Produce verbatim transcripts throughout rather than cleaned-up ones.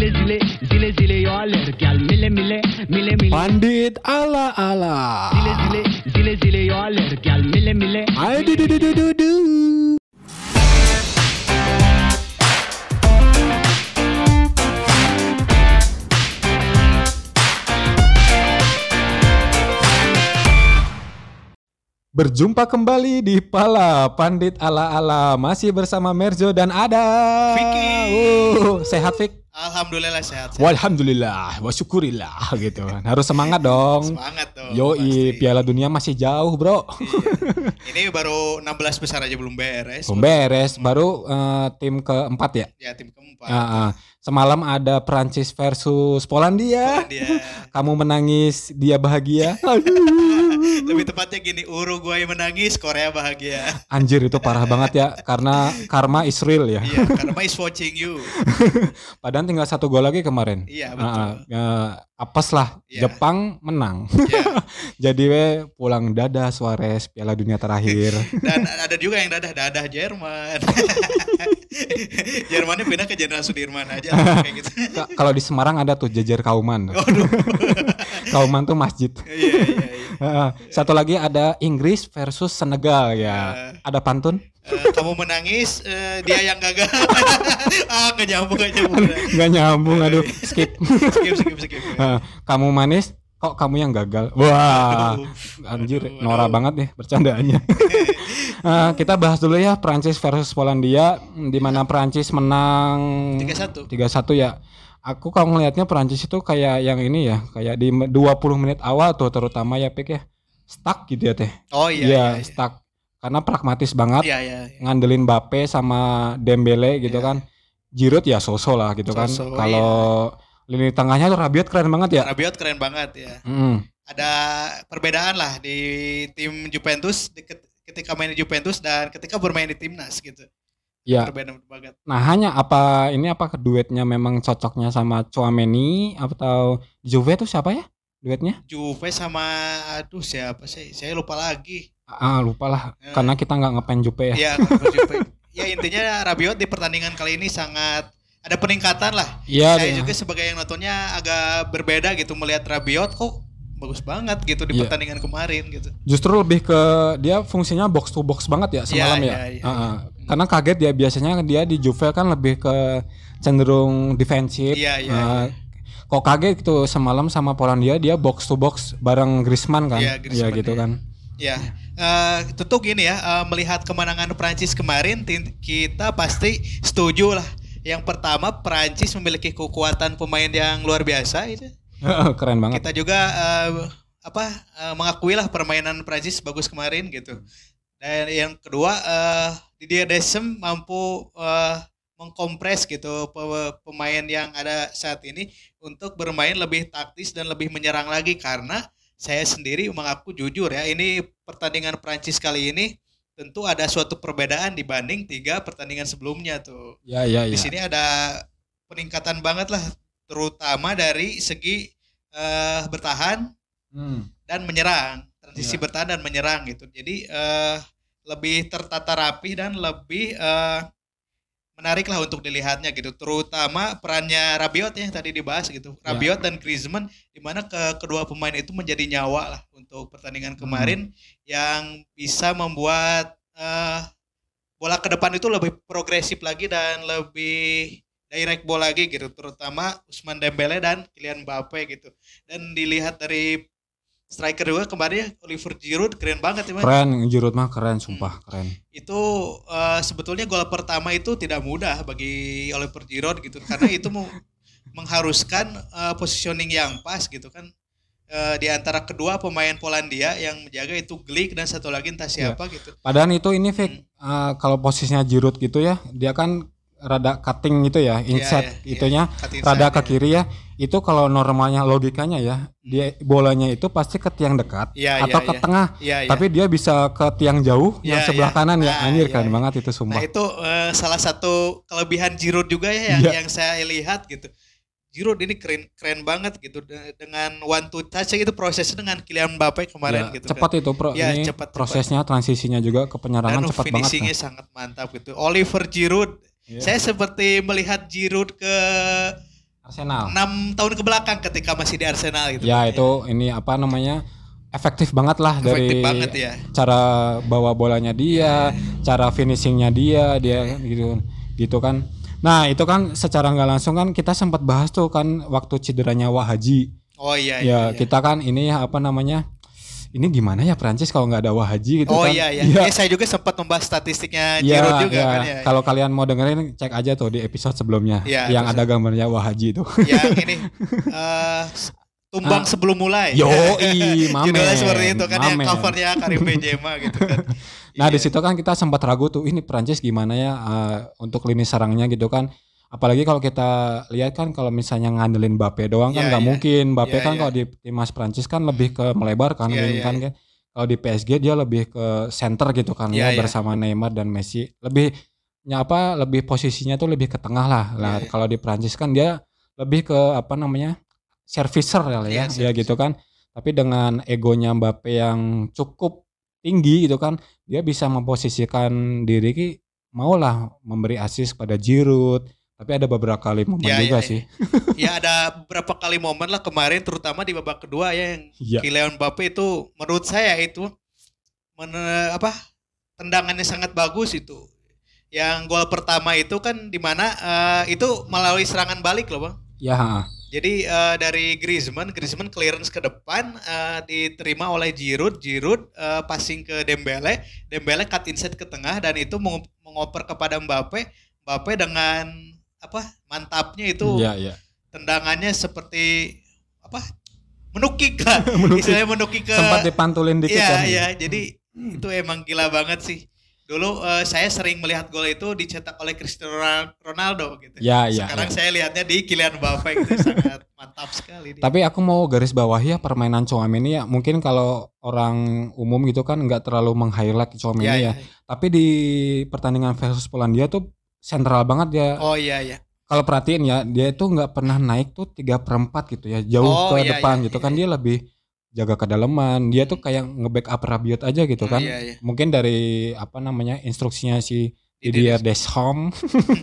zile zile zile yo aler gal mile mile mile mile Pandit ala ala. zile zile zile zile yo aler gal mile mile Ayo du du du du du du. Berjumpa kembali di Pala Pandit ala-ala, masih bersama Merjo dan ada Vicky. Uh, sehat Fik? Alhamdulillah sehat, sehat. Walhamdulillah, wa syukurillah gitu. Harus semangat dong. Semangat dong. Yoi, pasti. Piala Dunia masih jauh, Bro. Iya. Ini baru enam belas besar aja belum beres. Belum beres, baru uh, tim keempat ya? Ya tim keempat. Uh, uh. Semalam ada Prancis versus Polandia. Polandia. Kamu menangis, dia bahagia. Lebih tepatnya gini, Uruguay menangis, Korea bahagia. Anjir, itu parah banget ya, karena karma is real ya. Iya, karena is watching you. Padahal tinggal satu gol lagi kemarin. Iya, betul. Uh, uh, apes lah, Iya. Jepang menang. Iya. Jadi we pulang dadah Suarez Piala Dunia terakhir. Dan ada juga yang dadah-dadah Jerman. Jermannya pindah ke Jenderal Sudirman aja kayak gitu. Ka- Kalau di Semarang ada tuh Jejer Kauman. Waduh. Kauman tuh masjid. Iya, iya, iya. Uh, Satu lagi ada Inggris versus Senegal ya. Ada pantun? Eh, kamu menangis, eh, dia yang gagal. Ah, nggak nyambung aja. Nggak nyambung, aduh. Skip. Skip, skip, skip. Uh, Kamu manis, kok kamu yang gagal? Wah, anjir, norak banget nih bercandaannya. Uh, kita bahas dulu ya Prancis versus Polandia, di mana Prancis menang tiga satu. tiga satu ya. Aku kalau ngelihatnya Prancis itu kayak yang ini ya, kayak di dua puluh menit awal tuh terutama ya Pik ya. Stuck gitu ya Teh. Oh iya, Iya, iya, iya. stuck. Karena pragmatis banget. Iya, iya, iya. Ngandelin Mbappe sama Dembele gitu Iya. kan. Giroud ya so-so lah gitu kan. So-so, Kalau lini tengahnya tuh Rabiot keren banget ya. Rabiot keren banget ya. Mm. Ada perbedaan lah di tim Juventus di ket- ketika main di Juventus dan ketika bermain di timnas gitu. Ya. Perbedaan banget. Nah, hanya apa ini apa duetnya memang cocoknya sama Tchouaméni atau Juve tuh siapa ya duetnya? Juve sama aduh siapa sih? Saya lupa lagi. Ah, lupa lah. Eh. Karena kita nggak ngepen Juve ya. Iya, kalau Juve. Ya intinya Rabiot di pertandingan kali ini sangat ada peningkatan lah. Iya. Saya deh. juga sebagai yang nontonnya agak berbeda gitu melihat Rabiot kok bagus banget gitu di Iya. pertandingan kemarin gitu. Justru lebih ke dia fungsinya box to box banget ya semalam Iya, ya. iya, iya. Ah, ah. Karena kaget dia biasanya dia di Juve kan lebih ke cenderung defensif. Iya, iya, Ah, iya. Kok kaget gitu semalam sama Polandia dia box to box bareng Griezmann kan. Iya, Griezmann, Iya gitu iya. kan. Ya, eh, tentu gini ya, eh, melihat kemenangan Prancis kemarin, tim- kita pasti setuju lah. Yang pertama, Prancis memiliki kekuatan pemain yang luar biasa itu. Keren banget. Kita juga eh, apa eh, mengakui lah permainan Prancis bagus kemarin gitu. Dan yang kedua, eh, Didier Deschamps mampu eh, mengkompres gitu pe- pemain yang ada saat ini untuk bermain lebih taktis dan lebih menyerang lagi karena saya sendiri mengaku jujur ya, ini pertandingan Prancis kali ini tentu ada suatu perbedaan dibanding tiga pertandingan sebelumnya tuh. Ya ya Di ya. sini ada peningkatan banget lah, terutama dari segi eh, bertahan Hmm. dan menyerang, transisi Ya. bertahan dan menyerang gitu. Jadi eh, lebih tertata rapi dan lebih eh, menarik lah untuk dilihatnya gitu. Terutama perannya Rabiot yang tadi dibahas gitu. Ya. Rabiot dan Griezmann, di mana ke kedua pemain itu menjadi nyawa lah untuk pertandingan kemarin yang bisa membuat eh, bola ke depan itu lebih progresif lagi dan lebih direct ball lagi gitu. Terutama Ousmane Dembele dan Kylian Mbappe gitu. Dan dilihat dari striker juga kemarin Oliver Giroud keren banget ya, Man. Keren, Giroud mah keren, sumpah keren. Itu eh, sebetulnya gol pertama itu tidak mudah bagi Oliver Giroud gitu karena itu mau mengharuskan eh, positioning yang pas gitu kan. Eh, di antara kedua pemain Polandia yang menjaga itu Glik dan satu lagi entah siapa gitu. Padahal itu ini Fik, eh, kalau posisinya Giroud gitu ya, dia kan rada cutting gitu ya, inside iya, itunya, cut inside, rada ke iya. kiri ya. Itu kalau normalnya logikanya ya, dia bolanya itu pasti ke tiang dekat Iya, atau iya, ke iya. tengah. Iya, iya. Tapi dia bisa ke tiang jauh yang Iya, sebelah iya. kanan ya. Ah, Anjir iya, keren iya. banget itu sumpah. Nah itu eh, salah satu kelebihan Giroud juga ya yang, Iya. yang saya lihat gitu. Giroud ini keren keren banget gitu De- dengan one two touch itu prosesnya dengan Kylian Mbappe kemarin Ya, gitu cepat kan. itu pro, Ya, ini cepat, cepat. prosesnya transisinya juga ke penyerangan Dan cepat banget. finishingnya kan. sangat mantap gitu. Oliver Giroud, Iya. saya seperti melihat Giroud ke Arsenal. enam tahun ke belakang ketika masih di Arsenal gitu. Ya itu ini apa namanya efektif banget lah Efektif dari banget ya. cara bawa bolanya dia, cara finishingnya dia, dia gitu gitu kan. Nah itu kan secara nggak langsung kan kita sempat bahas tuh kan waktu cederanya Wahaji. Oh iya Ya iya. iya. kita kan ini apa namanya ini gimana ya Prancis kalau nggak ada Wahaji gitu oh, kan. iya iya. Ya. Eh, saya juga sempat membahas statistiknya Ya, Giroud juga ya. kan ya. Kalau kalian mau dengerin cek aja tuh di episode sebelumnya Ya, yang terus- ada gambarnya Wahaji itu. Yang ini eh, tumbang Ah. sebelum mulai. Yoi, mamen. Judulnya seperti itu kan yang Mamen. covernya Karim Benzema gitu kan. Nah Iya. di situ kan kita sempat ragu tuh ini Prancis gimana ya uh, untuk lini serangnya gitu kan. Apalagi kalau kita lihat kan kalau misalnya ngandelin Mbappe doang kan Iya, nggak iya. mungkin. Mbappe Iya, kan iya. kalau di timnas Prancis kan lebih ke melebar kan, Iya, wing iya, kan iya. kan. Kalau di P S G dia lebih ke center gitu kan Iya, ya iya. bersama Neymar dan Messi. Lebih ya apa lebih posisinya tuh lebih ke tengah lah. Lah Iya, iya. kalau di Prancis kan dia lebih ke apa namanya servicer ya, Iya, ya, ya servicer. gitu kan. Tapi dengan egonya Mbappe yang cukup tinggi gitu kan, dia bisa memposisikan diri ki maulah memberi assist pada Giroud. Tapi ada beberapa kali momen Ya, juga ya, sih. Ya ada beberapa kali momen lah kemarin terutama di babak kedua ya yang Iya. Kylian Mbappe itu menurut saya itu men- apa tendangannya sangat bagus itu. Yang gol pertama itu kan di mana eh, itu melalui serangan balik loh Bang. Ya, ha. Jadi eh, dari Griezmann, Griezmann clearance ke depan eh, diterima oleh Giroud, Giroud eh, passing ke Dembele, Dembele cut inside ke tengah dan itu meng- mengoper kepada Mbappe, Mbappe dengan apa mantapnya itu Iya, iya. tendangannya seperti apa menukik lah, Menukik. istilahnya menukik ke Sempat dipantulin dikit iya kan. iya jadi itu emang gila banget sih. Dulu eh, saya sering melihat gol itu dicetak oleh Cristiano Ronaldo gitu. Ya, ya, Sekarang ya. saya lihatnya di Kylian Mbappe gitu sangat mantap sekali dia. Tapi aku mau garis bawahi ya permainan Tchouaméni ya. Mungkin kalau orang umum gitu kan nggak terlalu meng-highlight Tchouaméni Ya, ya. ya. Tapi di pertandingan versus Polandia tuh sentral banget ya. Oh iya iya. Kalau perhatiin ya, dia itu nggak pernah naik tuh tiga per empat gitu ya, jauh Oh, ke iya, depan iya, gitu iya, kan. iya. Dia lebih jaga kedalaman. Dia tuh kayak nge-backup Rabiot aja gitu Hmm, kan. iya, iya. Mungkin dari apa namanya instruksinya si Didier Didier Deschamps.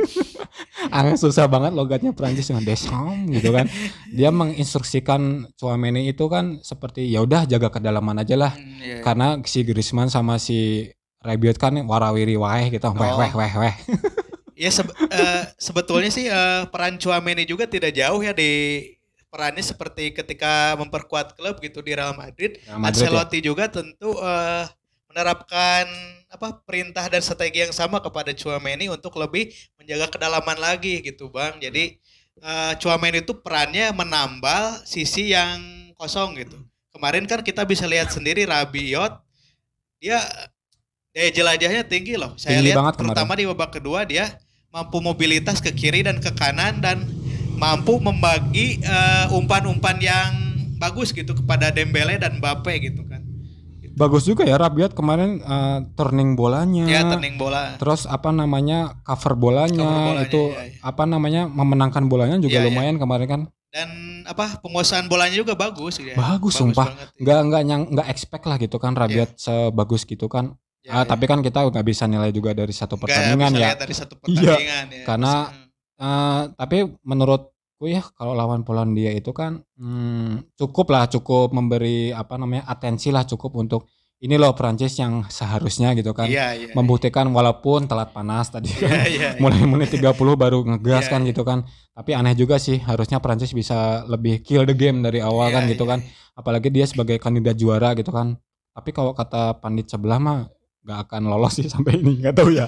Angin susah banget logatnya Prancis dengan Deschamps gitu kan. Dia menginstruksikan Tchouaméni itu kan seperti ya udah jaga kedalaman aja lah. Hmm, iya, iya. Karena si Griezmann sama si Rabiot kan warawiri wae gitu. Weh Oh. weh weh weh. Ya sebe- eh, sebetulnya sih eh, peran Tchouaméni juga tidak jauh ya di perannya seperti ketika memperkuat klub gitu di Real Madrid. Real Madrid, Ancelotti juga tentu eh, menerapkan apa perintah dan strategi yang sama kepada Tchouaméni untuk lebih menjaga kedalaman lagi gitu Bang. Jadi eh, Tchouaméni itu perannya menambal sisi yang kosong gitu. Kemarin kan kita bisa lihat sendiri Rabiot dia daya jelajahnya tinggi loh. Saya Tinggi lihat banget kemarin. terutama di babak kedua dia mampu mobilitas ke kiri dan ke kanan dan mampu membagi eh, umpan-umpan yang bagus gitu kepada Dembele dan Mbappe gitu kan. Bagus juga ya Rabiot kemarin eh, turning bolanya. Ya turning bola. Terus apa namanya cover bolanya, Cover bolanya, itu iya, iya. apa namanya memenangkan bolanya juga Iya, iya. lumayan kemarin kan. Dan apa penguasaan bolanya juga bagus ya. Bagus, sumpah. banget. Nggak nggak nyang nggak expect lah gitu kan Rabiot sebagus gitu kan. Ya, Ah, ya. tapi kan kita nggak bisa nilai juga dari satu Nggak pertandingan bisa ya. lihat dari satu pertandingan ya. karena- Hmm. Eh, tapi menurutku ya kalau lawan Polandia itu kan hmm, cukup lah cukup memberi apa namanya atensi lah cukup untuk ini loh Prancis yang seharusnya gitu kan. Iya iya. Membuktikan walaupun telat panas tadi kan. Iya iya. Mulai menit tiga puluh baru ngegas Iya, kan iya. gitu kan. Tapi aneh juga sih harusnya Prancis bisa lebih kill the game dari awal Iya, kan gitu iya, kan. Apalagi dia sebagai kandidat juara gitu kan. Tapi kalau kata pandit sebelah mah gak akan lolos sih sampai ini, nggak tahu ya.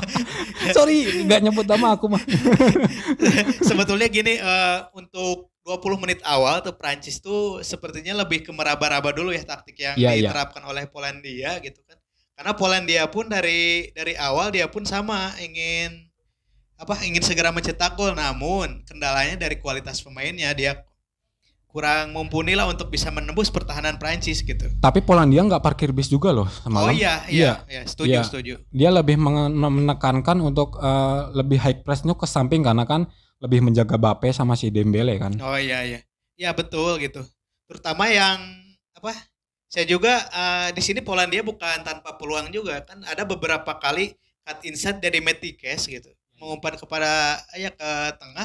Sorry nggak nyebut nama aku mah. Sebetulnya gini eh, untuk dua puluh menit awal tuh Prancis tuh sepertinya lebih ke meraba-raba dulu ya taktik yang Iya, iya. diterapkan oleh Polandia gitu kan. Karena Polandia pun dari dari awal dia pun sama ingin apa ingin segera mencetak gol namun kendalanya dari kualitas pemainnya dia kurang mumpuni lah untuk bisa menembus pertahanan Prancis gitu. Tapi Polandia nggak parkir bis juga loh Oh semalam. iya iya, iya setuju Iya. setuju. Dia lebih menge- menekankan untuk eh, lebih high press-nya ke samping karena kan lebih menjaga Mbappe sama si Dembele kan. Oh iya iya. Ya betul gitu. Terutama yang apa? Saya juga eh, di sini Polandia bukan tanpa peluang juga kan ada beberapa kali cut inside dari Metikes gitu. Mengumpan kepada ya ke tengah.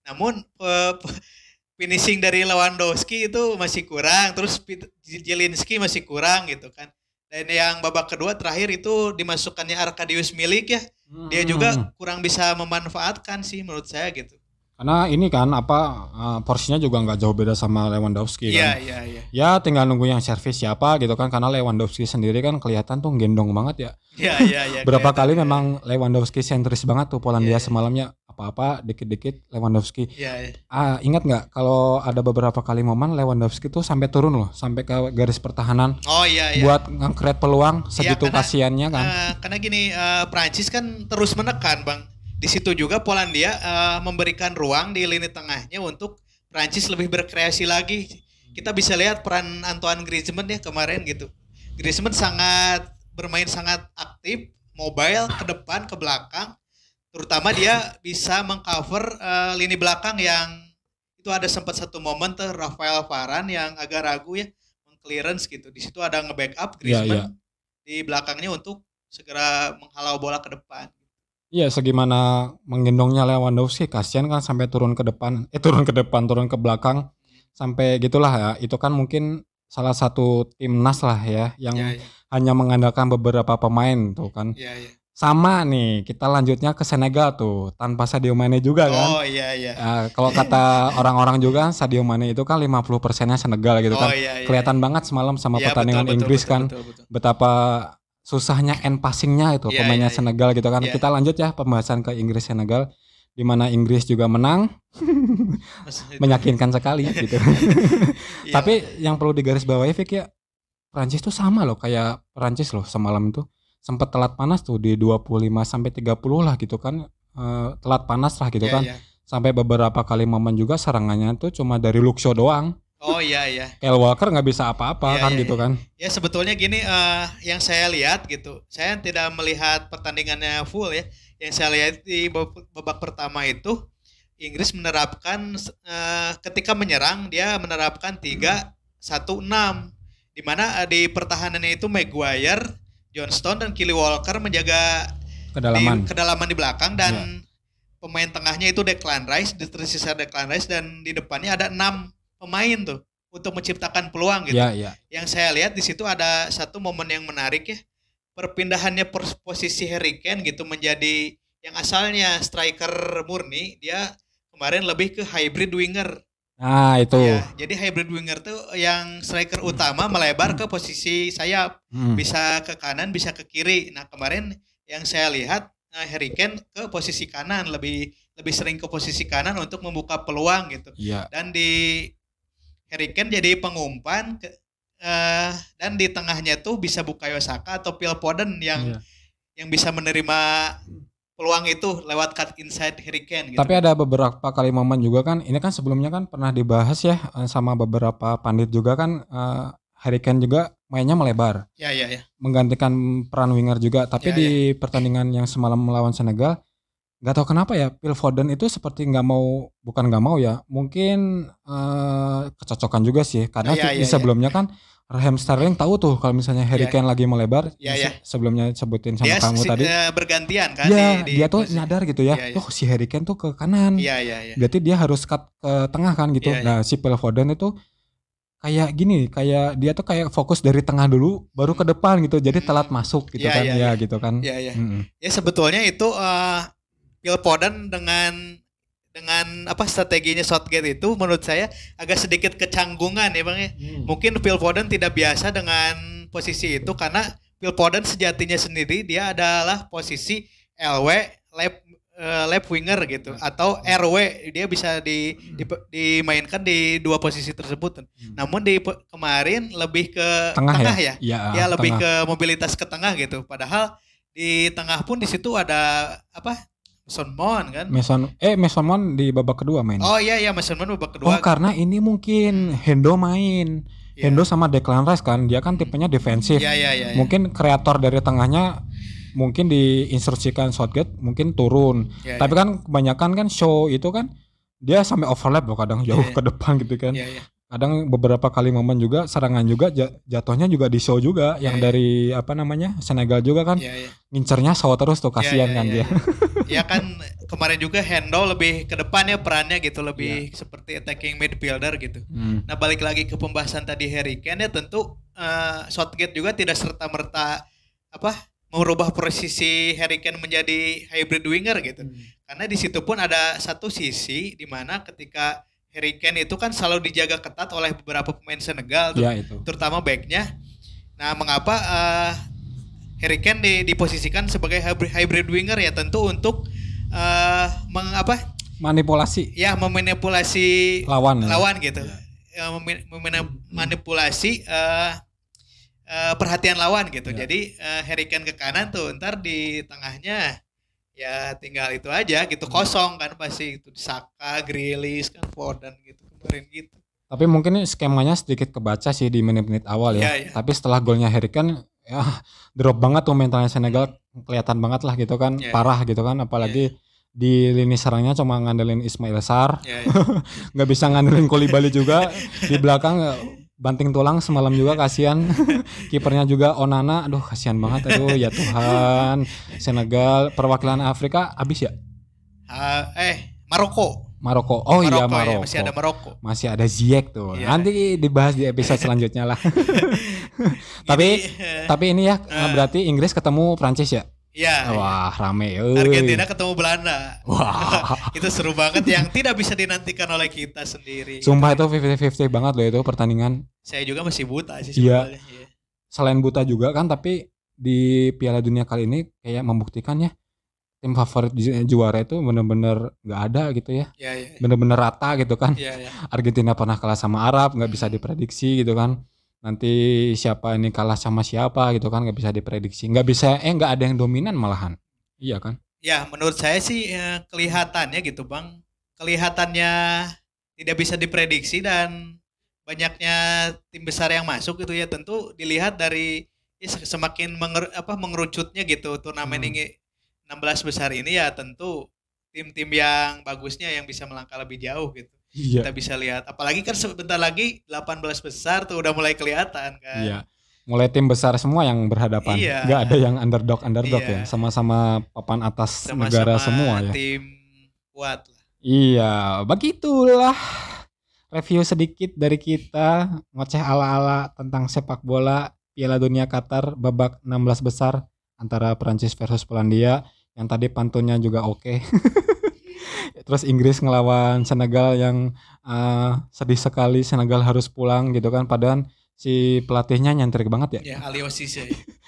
Namun eh, finishing dari Lewandowski itu masih kurang, terus Zielinski masih kurang gitu kan. Dan yang babak kedua terakhir itu dimasukkannya Arkadiusz Milik ya, dia juga Hmm. kurang bisa memanfaatkan sih menurut saya gitu. Karena ini kan apa uh, porsinya juga nggak jauh beda sama Lewandowski Iya kan. iya iya. Ya tinggal nunggu yang servis siapa gitu kan, karena Lewandowski sendiri kan kelihatan tuh gendong banget ya. Iya iya iya. Berapa kelihatan kali ya. memang Lewandowski sentris banget tuh Polandia Iya, iya. semalamnya, apa-apa dikit-dikit Lewandowski. Iya iya. Ah, ingat nggak kalau ada beberapa kali momen Lewandowski tuh sampai turun loh, sampai ke garis pertahanan Oh iya iya. buat nge-create peluang segitu karena- kasihannya kan. Eh, karena gini, eh, Prancis kan terus menekan, Bang. Di situ juga Polandia eh, memberikan ruang di lini tengahnya untuk Prancis lebih berkreasi lagi. Kita bisa lihat peran Antoine Griezmann ya kemarin gitu. Griezmann sangat bermain sangat aktif, mobile ke depan, ke belakang. Terutama dia bisa mengcover eh, lini belakang yang itu ada sempat satu momen tuh Rafael Varane yang agak ragu ya meng-clearance gitu. Di situ ada nge-backup Iya, Griezmann di belakangnya untuk segera menghalau bola ke depan. Iya, segimana menggendongnya Lewandowski, kasihan kan sampai turun ke depan, eh turun ke depan, turun ke belakang, sampai gitulah ya. Itu kan mungkin salah satu timnas lah ya, yang Ya, ya, hanya mengandalkan beberapa pemain tuh kan. ya, ya. Sama nih, kita lanjutnya ke Senegal tuh, tanpa Sadio Mane juga kan. Oh iya iya. Ya, kalau kata orang-orang juga Sadio Mane itu kan lima puluh persennya Senegal gitu Oh kan. iya iya. Kelihatan banget semalam sama Ya, pertandingan betul, betul, Inggris betul, kan. betul, betul. Betapa susahnya end passingnya itu Iya, pemainnya iya, iya. Senegal gitu kan. Iya. Kita lanjut ya pembahasan ke Inggris Senegal, di mana Inggris juga menang, Maksudnya- meyakinkan sekali gitu. Iya. Tapi yang perlu digarisbawahi Fik ya, Prancis tuh sama loh kayak Prancis loh semalam tuh sempat telat panas tuh di dua puluh lima sampai tiga puluh lah gitu kan. Eh, telat panas lah gitu Iya, kan. iya. Sampai beberapa kali momen juga serangannya tuh cuma dari Luke Shaw doang. Oh iya iya. Kyle Walker nggak bisa apa-apa Iya, kan iya, gitu iya. kan. Ya sebetulnya gini eh, yang saya lihat gitu. Saya tidak melihat pertandingannya full ya. Yang saya lihat di babak babak pertama itu Inggris menerapkan eh, ketika menyerang dia menerapkan tiga satu enam di mana eh, di pertahanannya itu Maguire, Johnston dan Kyle Walker menjaga Kedalaman. di kedalaman di belakang dan Iya. pemain tengahnya itu Declan Rice, di tersisa Declan Rice dan di depannya ada enam pemain tuh untuk menciptakan peluang gitu. Iya, iya. Yang saya lihat di situ ada satu momen yang menarik ya. Perpindahannya pos- posisi Harry Kane gitu menjadi yang asalnya striker murni, dia kemarin lebih ke hybrid winger. Nah, itu. Ya, jadi hybrid winger tuh yang striker utama melebar ke posisi sayap, Hmm. bisa ke kanan, bisa ke kiri. Nah, kemarin yang saya lihat eh, Harry Kane ke posisi kanan, lebih lebih sering ke posisi kanan untuk membuka peluang gitu. Iya. Dan di Harry Kane jadi pengumpan ke, eh, dan di tengahnya tuh bisa Bukayo Saka atau Phil Foden yang Iya. yang bisa menerima peluang itu lewat cut inside Harry Kane gitu. Tapi ada beberapa kali momen juga kan, ini kan sebelumnya kan pernah dibahas ya eh, sama beberapa pandit juga kan, eh, Harry Kane juga mainnya melebar, Ya ya ya. menggantikan peran winger juga. Tapi Ya, di pertandingan yang semalam melawan Senegal, nggak tahu kenapa ya Phil Foden itu seperti nggak mau, bukan nggak mau ya, mungkin eh, kecocokan juga sih, karena Ya, di ya, ya. sebelumnya kan Raheem Sterling tahu tuh kalau misalnya Harry Ya. Kane lagi melebar, Ya, ya. sebelumnya sebutin sama Dia kamu si- tadi. eh, bergantian kan Ya, di, di dia tuh posisi- nyadar gitu ya. Iya, iya. Oh, si Harry Kane tuh ke kanan. Iya iya iya. Berarti dia harus cut ke tengah kan gitu. Iya, iya. Nah, si Phil Foden itu kayak gini, kayak dia tuh kayak fokus dari tengah dulu baru ke depan gitu. Jadi Hmm. telat masuk gitu Iya, kan. iya, Ya iya. gitu kan. Iya iya. Mm-mm. Ya sebetulnya itu eh Phil Foden dengan dengan apa strateginya Southgate itu menurut saya agak sedikit kecanggungan ya Bang ya. Mungkin Phil Foden tidak biasa dengan posisi itu karena Phil Foden sejatinya sendiri dia adalah posisi L W left eh, left winger gitu atau R W, dia bisa di, di dimainkan di dua posisi tersebut. Namun di pe- kemarin lebih ke Tengah, tengah, ya? ya. Ya, Ya lebih tengah. ke mobilitas ke tengah gitu. Padahal di tengah pun di situ ada apa? Mason Mount kan. Mason eh Mason Mount di babak kedua main. Oh iya iya Mason Mount babak Oh, kedua. karena ini mungkin Hendo main. Iya. Hendo sama Declan Rice kan, dia kan tipenya defensif. Iya iya iya. iya. Mungkin kreator dari tengahnya mungkin diinstruksikan Southgate mungkin turun. Iya, Tapi kan kebanyakan kan show itu kan dia sampai overlap loh kadang jauh Iya, iya. ke depan gitu kan. Iya iya. kadang beberapa kali momen juga serangan juga ja- jatuhnya juga di show juga Iya, yang iya. dari apa namanya Senegal juga kan Iya, iya. ngincernya show terus tuh kasihan Iya, iya, kan iya, dia. iya. Ya kan kemarin juga Hendo lebih ke depan ya perannya gitu, lebih seperti attacking midfielder gitu. Hmm. Nah balik lagi ke pembahasan tadi Harry Kane ya tentu eh, Southgate juga tidak serta merta apa merubah posisi Harry Kane menjadi hybrid winger gitu. Karena di situ pun ada satu sisi di mana ketika Harry Kane itu kan selalu dijaga ketat oleh beberapa pemain Senegal tuh, Ya itu. terutama backnya. Nah mengapa eh, Harry Kane di, diposisikan sebagai hybrid, hybrid winger ya tentu untuk eh meng, apa Manipulasi ya memanipulasi lawan. ya. lawan gitu. Ya, memi- memanipulasi eh eh, perhatian lawan gitu. Ya. Jadi eh, Harry Kane ke kanan tuh, ntar di tengahnya ya tinggal itu aja gitu kosong kan pasti itu Saka, Grealish kan Foden gitu kemarin gitu. Tapi mungkin ini skemanya sedikit kebaca sih di menit-menit awal ya. Iya, iya. Tapi setelah golnya Harry Kane ya drop banget tuh mentalnya Senegal, kelihatan banget lah gitu kan, Iya, iya. parah gitu kan, apalagi di lini serangnya cuma ngandelin Ismail Sarr, Ya, ya. nggak bisa ngandelin Koulibaly juga di belakang eh, banting tulang semalam juga kasihan. Kipernya juga Onana, aduh kasihan banget, aduh ya Tuhan. Senegal perwakilan Afrika habis ya. Ah, eh Maroko. Maroko, oh iya Maroko ya, Maroko. masih ada Maroko. Masih ada Ziyech tuh. Iya. Nanti dibahas di episode selanjutnya lah. tapi Gini, eh, tapi ini ya Ah. berarti Inggris ketemu Prancis ya. ya, Wah, rame euy. Argentina ketemu Belanda. Wah. Itu seru banget yang tidak bisa dinantikan oleh kita sendiri. Sumpah itu lima puluh lima puluh banget loh itu pertandingan. Saya juga masih buta sih Iya. sebenarnya. Iya. Selain buta juga kan, tapi di Piala Dunia kali ini kayak membuktikan ya tim favorit ju- juara itu bener-bener nggak ada gitu ya. Iya, iya. Bener-bener rata gitu kan. Iya, iya. Argentina pernah kalah sama Arab, nggak bisa diprediksi gitu kan. Nanti siapa ini kalah sama siapa gitu kan, nggak bisa diprediksi. Nggak bisa, eh nggak ada yang dominan malahan. Iya kan? Ya, menurut saya sih eh, kelihatannya gitu, Bang. Kelihatannya tidak bisa diprediksi dan banyaknya tim besar yang masuk gitu ya tentu dilihat dari ya, se- semakin menger, apa mengerucutnya gitu turnamen Hmm. ini enam belas besar ini ya tentu tim-tim yang bagusnya yang bisa melangkah lebih jauh gitu. Iya. Kita bisa lihat apalagi kan sebentar lagi delapan belas besar tuh udah mulai kelihatan kan. Iya. Mulai tim besar semua yang berhadapan. Iya. Nggak ada yang underdog-underdog Iya. ya. Sama-sama papan atas Sama-sama negara semua ya. tim kuat lah. Iya, begitulah review sedikit dari kita ngoceh ala-ala tentang sepak bola Piala Dunia Qatar babak enam belas besar antara Prancis versus Polandia, yang tadi pantunnya juga oke. Terus Inggris ngelawan Senegal yang eh, sedih sekali Senegal harus pulang gitu kan, padahal si pelatihnya nyentrik banget ya. Ya Aliosis ya.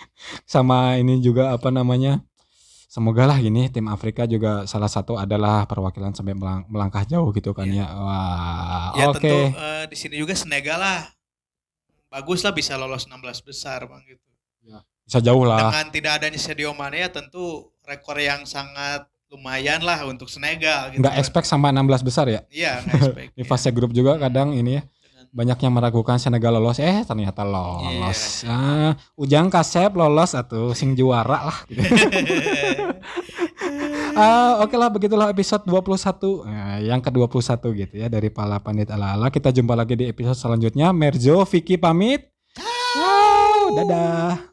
Sama ini juga apa namanya, semoga lah gini tim Afrika juga salah satu adalah perwakilan sampai melang- melangkah jauh gitu kan Iya. ya. Wah, Ya oke. tentu eh, di sini juga Senegal lah bagus lah bisa lolos enam belas besar Bang gitu. Bisa jauh lah. Dengan tidak adanya Sadio Mane ya tentu rekor yang sangat lumayan lah untuk Senegal gitu. Nggak kan. expect sampai enam belas besar ya. Iya, nggak expect. Di ya. fase grup juga kadang ini ya Dengan- banyak yang meragukan Senegal lolos, eh ternyata lolos. Ah, Ujang Kasep lolos atau sing juara lah gitu. Ah, oke lah begitulah episode dua puluh satu. Nah, yang ke dua puluh satu gitu ya dari Pala Pandit Ala-ala. Kita jumpa lagi di episode selanjutnya. Merjo, Vicky pamit. Wow, dadah.